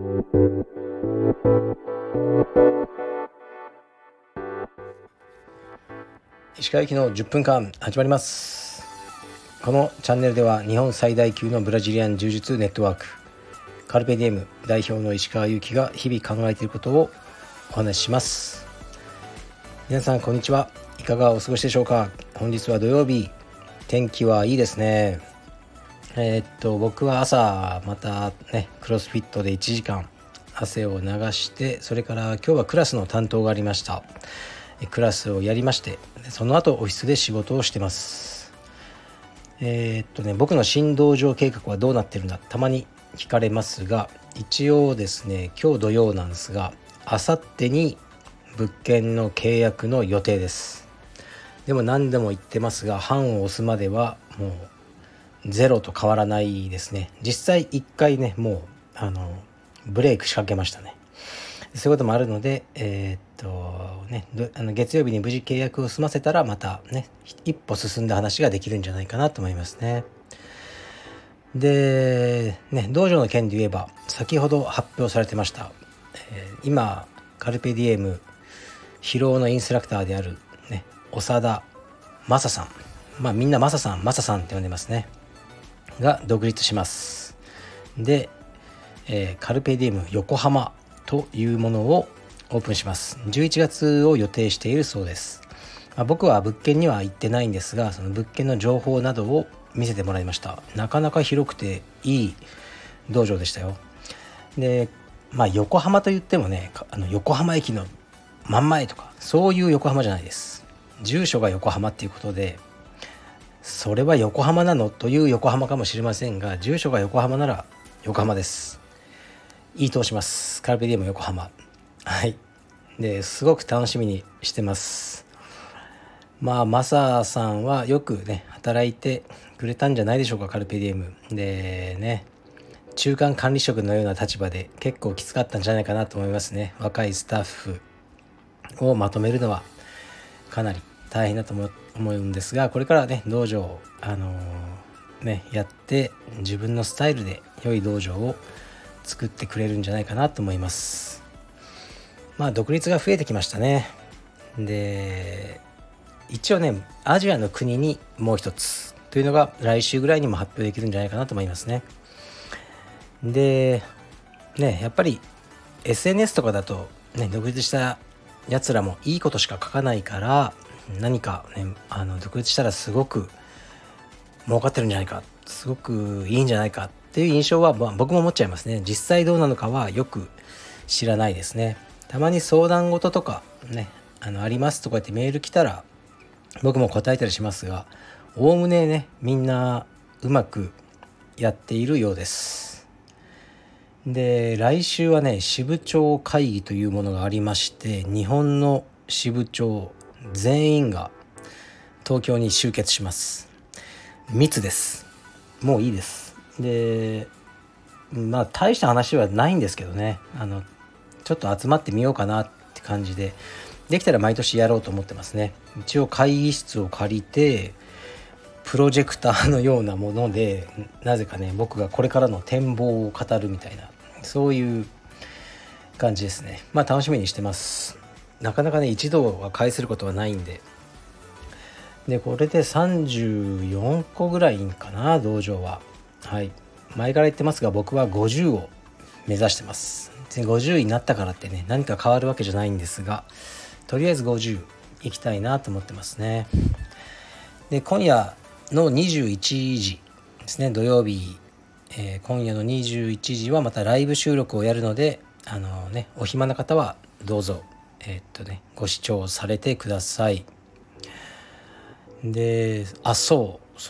石川行きの10分間始まります。このチャンネルでは日本最大級のブラジリアン柔術ネットワークカルペディエム代表の石川祐希が日々考えていることをお話しします。皆さんこんにちは。いかがお過ごしでしょうか。本日は土曜日、天気はいいですね。僕は朝またねクロスフィットで1時間汗を流して、それから今日はクラスの担当がありました。クラスをやりまして、その後オフィスで仕事をしてます。僕の新道場計画はどうなってるんだ、たまに聞かれますが、一応ですね、今日土曜なんですが、あさってに物件の契約の予定です。でも何でも言ってますが、判を押すまではもうゼロと変わらないですね。実際1回ねもうブレイク仕掛けましたね。そういうこともあるので、月曜日に無事契約を済ませたら、またね一歩進んだ話ができるんじゃないかなと思いますね。でね、道場の件で言えば先ほど発表されてました、今カルペディエム疲労のインストラクターである、ね、長田正さん、みんな正さんって呼んでますね、が独立します。で、カルペディエム横浜というものをオープンします。11月を予定しているそうです。僕は物件には行ってないんですが、その物件の情報などを見せてもらいました。なかなか広くていい道場でしたよ。で、横浜といってもね、横浜駅の真ん前とかそういう横浜じゃないです。住所が横浜っていうことで、それは横浜なのという横浜かもしれませんが、住所が横浜なら横浜です。いいとします。カルペディエム横浜。はい。ですごく楽しみにしてます。マサさんはよくね働いてくれたんじゃないでしょうか。カルペディエムでね、中間管理職のような立場で結構きつかったんじゃないかなと思いますね。若いスタッフをまとめるのはかなり大変だと思うんですが、これからね道場をやって自分のスタイルで良い道場を作ってくれるんじゃないかなと思います。独立が増えてきましたね。で、一応ねアジアの国にもう一つというのが来週ぐらいにも発表できるんじゃないかなと思いますね。でね、やっぱり SNS とかだとね、独立したやつらもいいことしか書かないから、何かね独立したらすごく儲かってるんじゃないか、すごくいいんじゃないかっていう印象は、僕も持っちゃいますね。実際どうなのかはよく知らないですね。たまに相談事とかねありますとか言ってメール来たら僕も答えたりしますが、おおむねねみんなうまくやっているようです。で、来週はね支部長会議というものがありまして、日本の支部長全員が東京に集結します。密です。もういいです。で、大した話はないんですけどね、ちょっと集まってみようかなって感じで、できたら毎年やろうと思ってますね。一応会議室を借りて、プロジェクターのようなものでなぜかね僕がこれからの展望を語るみたいな、そういう感じですね。楽しみにしてます。なかなかね一度は会することはないんで。で、これで34個ぐらいかな、道場は。はい、前から言ってますが、僕は50を目指してます。50になったからってね何か変わるわけじゃないんですが、とりあえず50行きたいなと思ってますね。で、今夜の21時ですね、土曜日、今夜の21時はまたライブ収録をやるので、お暇な方はどうぞご視聴されてください。で、そう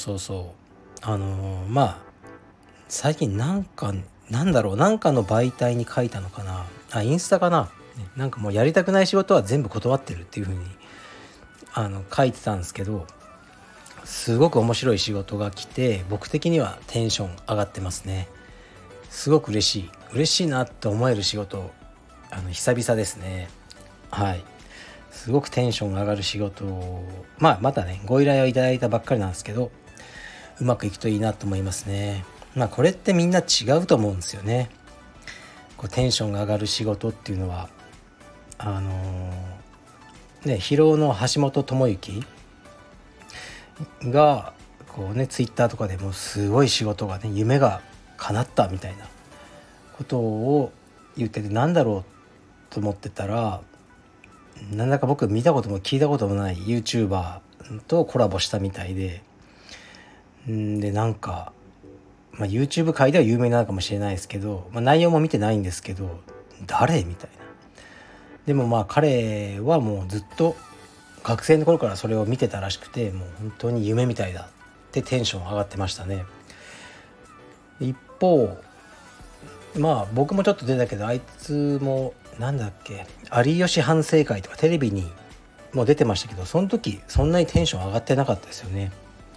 最近なんかの媒体に書いたのかな、インスタかな、なんかもうやりたくない仕事は全部断ってるっていう風に書いてたんですけど、すごく面白い仕事が来て、僕的にはテンション上がってますね。すごく嬉しいなって思える仕事、久々ですね。はい、すごくテンション上がる仕事を、またねご依頼をいただいたばっかりなんですけど、うまくいくといいなと思いますね。これってみんな違うと思うんですよね。 こうテンションが上がる仕事っていうのは疲労の橋本智之がこうねツイッターとかでもすごい仕事がね夢が叶ったみたいなことを言ってて、なんだろうと思ってたら、なんだか僕見たことも聞いたこともない YouTuber とコラボしたみたいで、なんか、YouTube 界では有名なのかもしれないですけど、内容も見てないんですけど、誰みたいな。でも彼はもうずっと学生の頃からそれを見てたらしくて、もう本当に夢みたいだってテンション上がってましたね。一方僕もちょっと出たけど、あいつもなんだっけ、有吉反省会とかテレビにも出てましたけど、その時そんなにテンション上がってなかったですよね。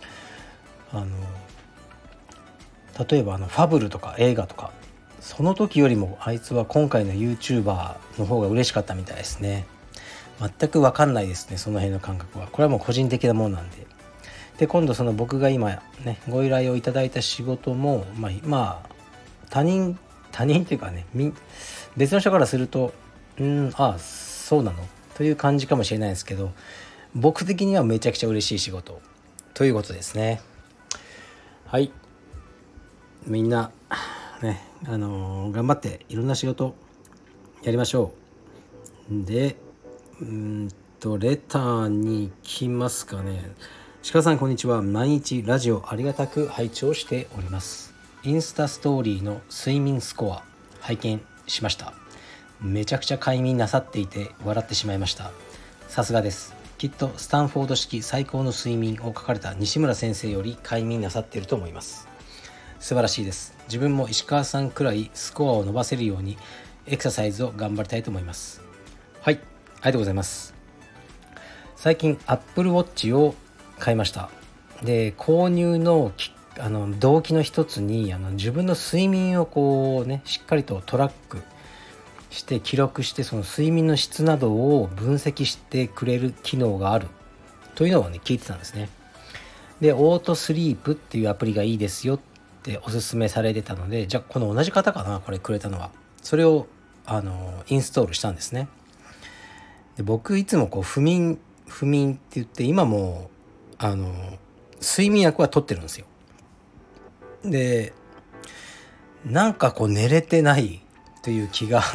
例えばファブルとか映画とか、その時よりもあいつは今回の YouTuber の方が嬉しかったみたいですね。全く分かんないですね、その辺の感覚は。これはもう個人的なものなんで。で今度その僕が今ねご依頼をいただいた仕事も他人っていうかね、別の人からするとそうなのという感じかもしれないですけど、僕的にはめちゃくちゃ嬉しい仕事ということですね。はい、みんなね頑張っていろんな仕事やりましょう。でレターに行きますかね。鹿さんこんにちは。毎日ラジオありがたく拝聴しております。インスタストーリーの睡眠スコア拝見しました。めちゃくちゃ快眠なさっていて笑ってしまいました。さすがです。きっとスタンフォード式最高の睡眠を書かれた西村先生より快眠なさっていると思います。素晴らしいです。自分も石川さんくらいスコアを伸ばせるようにエクササイズを頑張りたいと思います。はい、ありがとうございます。最近 Apple Watch を買いました。で購入の動機の一つに自分の睡眠をこうねしっかりとトラックして記録して、その睡眠の質などを分析してくれる機能があるというのをね聞いてたんですね。でオートスリープっていうアプリがいいですよっておすすめされてたので、じゃあこの同じ方かな、これくれたのは。それをインストールしたんですね。で僕いつもこう不眠って言って、今も睡眠薬は取ってるんですよ。でなんかこう寝れてないという気が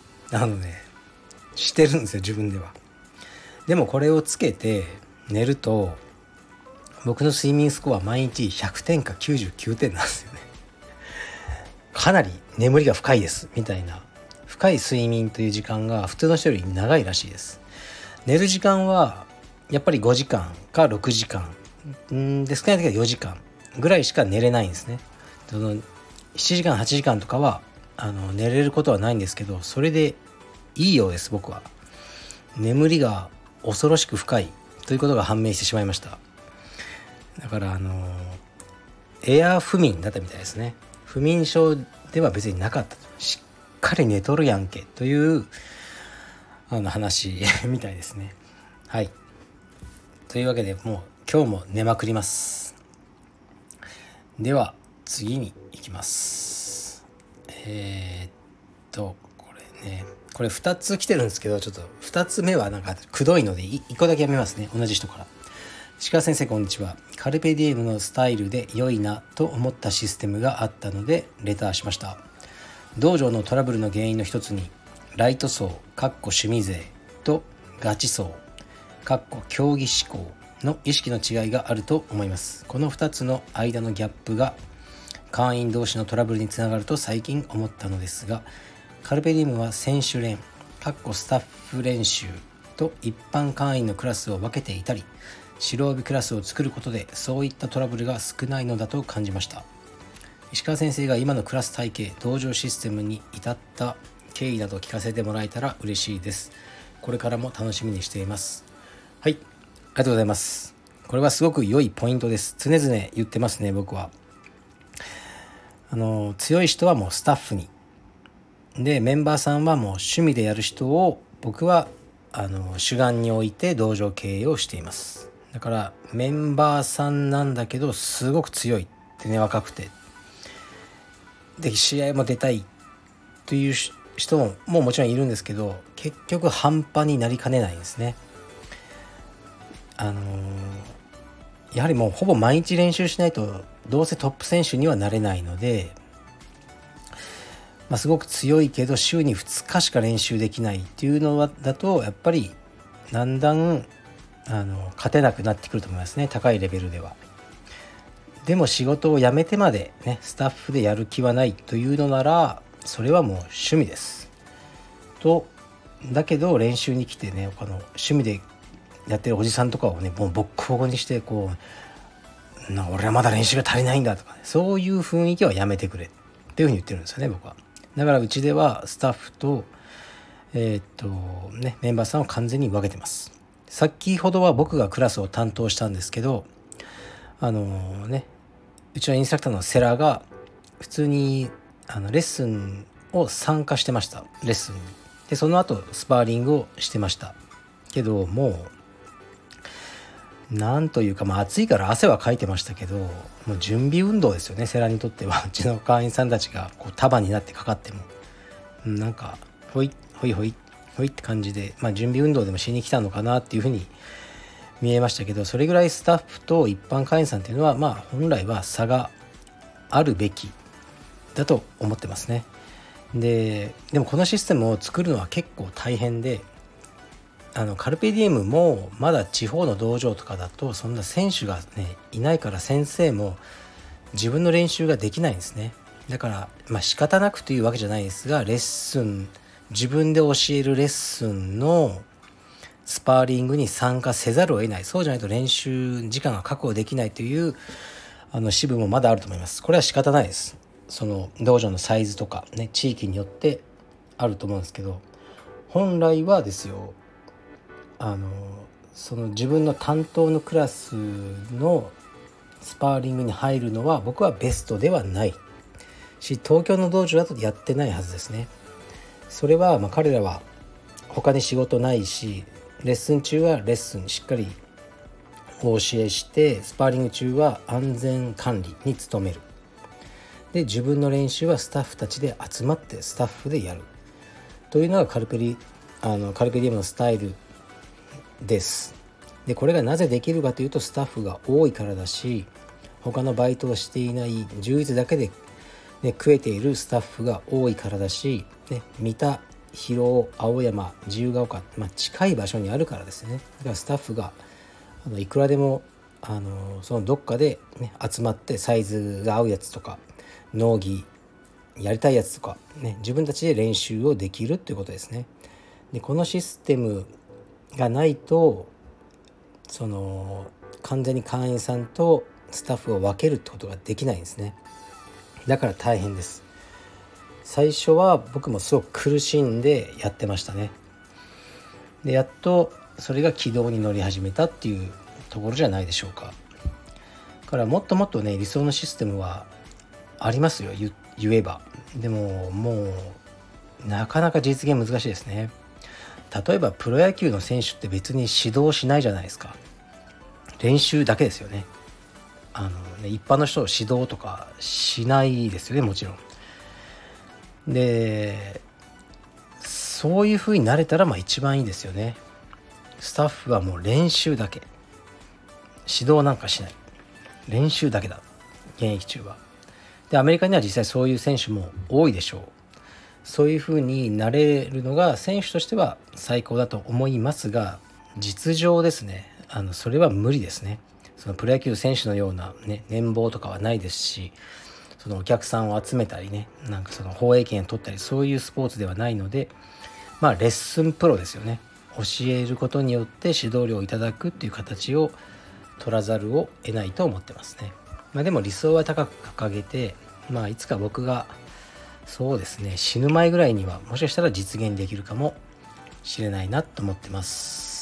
してるんですよ、自分では。でもこれをつけて寝ると僕の睡眠スコア毎日100点か99点なんですよね。かなり眠りが深いですみたいな。深い睡眠という時間が普通の人より長いらしいです。寝る時間はやっぱり5時間か6時間で、少ない時は4時間ぐらいしか寝れないんですね。その7時間8時間とかは寝れることはないんですけど、それでいいようです。僕は眠りが恐ろしく深いということが判明してしまいました。だからエア不眠だったみたいですね。不眠症では別になかったと、しっかり寝とるやんけという話みたいですね。はい、というわけでもう今日も寝まくります。では次に行きます。これ2つ来てるんですけど、ちょっと2つ目はなんかくどいので1個だけやめますね。同じ人から。鹿先生こんにちは。カルペディエムのスタイルで良いなと思ったシステムがあったのでレターしました。道場のトラブルの原因の一つにライト層趣味勢とガチ層競技志向の意識の違いがあると思います。この2つの間のギャップが会員同士のトラブルにつながると最近思ったのですが、カルペディウムは選手連スタッフ練習と一般会員のクラスを分けていたり、白帯クラスを作ることでそういったトラブルが少ないのだと感じました。石川先生が今のクラス体系道場システムに至った経緯など聞かせてもらえたら嬉しいです。これからも楽しみにしています。はい、ありがとうございます。これはすごく良いポイントです。常々言ってますね。僕は強い人はもうスタッフにで、メンバーさんはもう趣味でやる人を僕は主眼に置いて道場経営をしています。だからメンバーさんなんだけどすごく強いでね、若くてで試合も出たいという人ももちろんいるんですけど、結局半端になりかねないんですね。やはりもうほぼ毎日練習しないとどうせトップ選手にはなれないので、すごく強いけど週に2日しか練習できないっていうのだとやっぱりだんだん勝てなくなってくると思いますね、高いレベルでは。でも仕事を辞めてまでねスタッフでやる気はないというのなら、それはもう趣味ですだけど練習に来てね、趣味でやってるおじさんとかをねもうボッコボコにして、俺はまだ練習が足りないんだとか、そういう雰囲気はやめてくれっていうふうに言ってるんですよね、僕は。だからうちではスタッフとメンバーさんを完全に分けてます。先ほどは僕がクラスを担当したんですけど、うちのインストラクターのセラが普通にレッスンを参加してました。レッスンにでその後スパーリングをしてましたけど、もうなんというか、暑いから汗はかいてましたけど、もう準備運動ですよね、セラにとっては。うちの会員さんたちが束になってかかってもなんかほいほいほいほいって感じで、準備運動でもしに来たのかなっていうふうに見えましたけど、それぐらいスタッフと一般会員さんっていうのは本来は差があるべきだと思ってますね。でもこのシステムを作るのは結構大変で、カルペディエムもまだ地方の道場とかだとそんな選手がねいないから、先生も自分の練習ができないんですね。だから仕方なくというわけじゃないですが、レッスン自分で教えるレッスンのスパーリングに参加せざるを得ない、そうじゃないと練習時間が確保できないという支部もまだあると思います。これは仕方ないです。その道場のサイズとかね、地域によってあると思うんですけど、本来はですよ、その自分の担当のクラスのスパーリングに入るのは僕はベストではないし、東京の道場だとやってないはずですね。それは彼らは他に仕事ないし、レッスン中はレッスンしっかりお教えして、スパーリング中は安全管理に努める。で自分の練習はスタッフたちで集まってスタッフでやるというのがカルペディエムのスタイルです。でこれがなぜできるかというと、スタッフが多いからだし、他のバイトをしていない充実だけで、食えているスタッフが多いからだし、三田、広尾、青山、自由が丘、近い場所にあるからですね。だからスタッフがいくらでもそのどっかで、集まってサイズが合うやつとか農技やりたいやつとか、自分たちで練習をできるっていうことですね。でこのシステムがないと、その完全に会員さんとスタッフを分けるってことができないんですね。だから大変です。最初は僕もすごく苦しんでやってましたね。でやっとそれが軌道に乗り始めたっていうところじゃないでしょうか。だからもっともっと理想のシステムはありますよ、言えば。でももうなかなか実現難しいですね。例えばプロ野球の選手って別に指導しないじゃないですか。練習だけですよね。一般の人を指導とかしないですよね、もちろん。でそういう風になれたら一番いいですよね。スタッフはもう練習だけ、指導なんかしない、練習だけだ、現役中は。でアメリカには実際そういう選手も多いでしょう。そういう風になれるのが選手としては最高だと思いますが、実情ですね、それは無理ですね。そのプロ野球選手のような、年俸とかはないですし、そのお客さんを集めたりその放映権を取ったり、そういうスポーツではないので、レッスンプロですよね。教えることによって指導料をいただくっていう形を取らざるを得ないと思ってますね。でも理想は高く掲げて、いつか僕がそうですね、死ぬ前ぐらいにはもしかしたら実現できるかもしれないなと思ってます。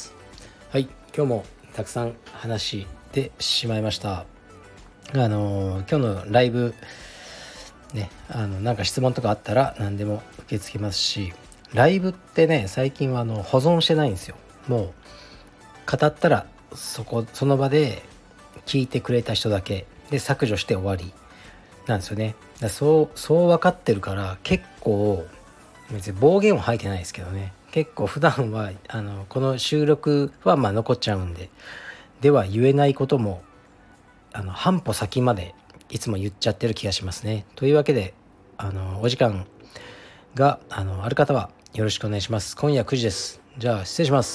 はい、今日もたくさん話してしまいました。今日のライブなんか質問とかあったら何でも受け付けますし、ライブって最近は保存してないんですよ。もう語ったらその場で聞いてくれた人だけで削除して終わりなんですよね。そう分かってるから、結構別に暴言を吐いてないですけどね、結構普段はこの収録は残っちゃうんでは言えないことも半歩先までいつも言っちゃってる気がしますね。というわけでお時間がある方はよろしくお願いします。今夜9時です。じゃあ失礼します。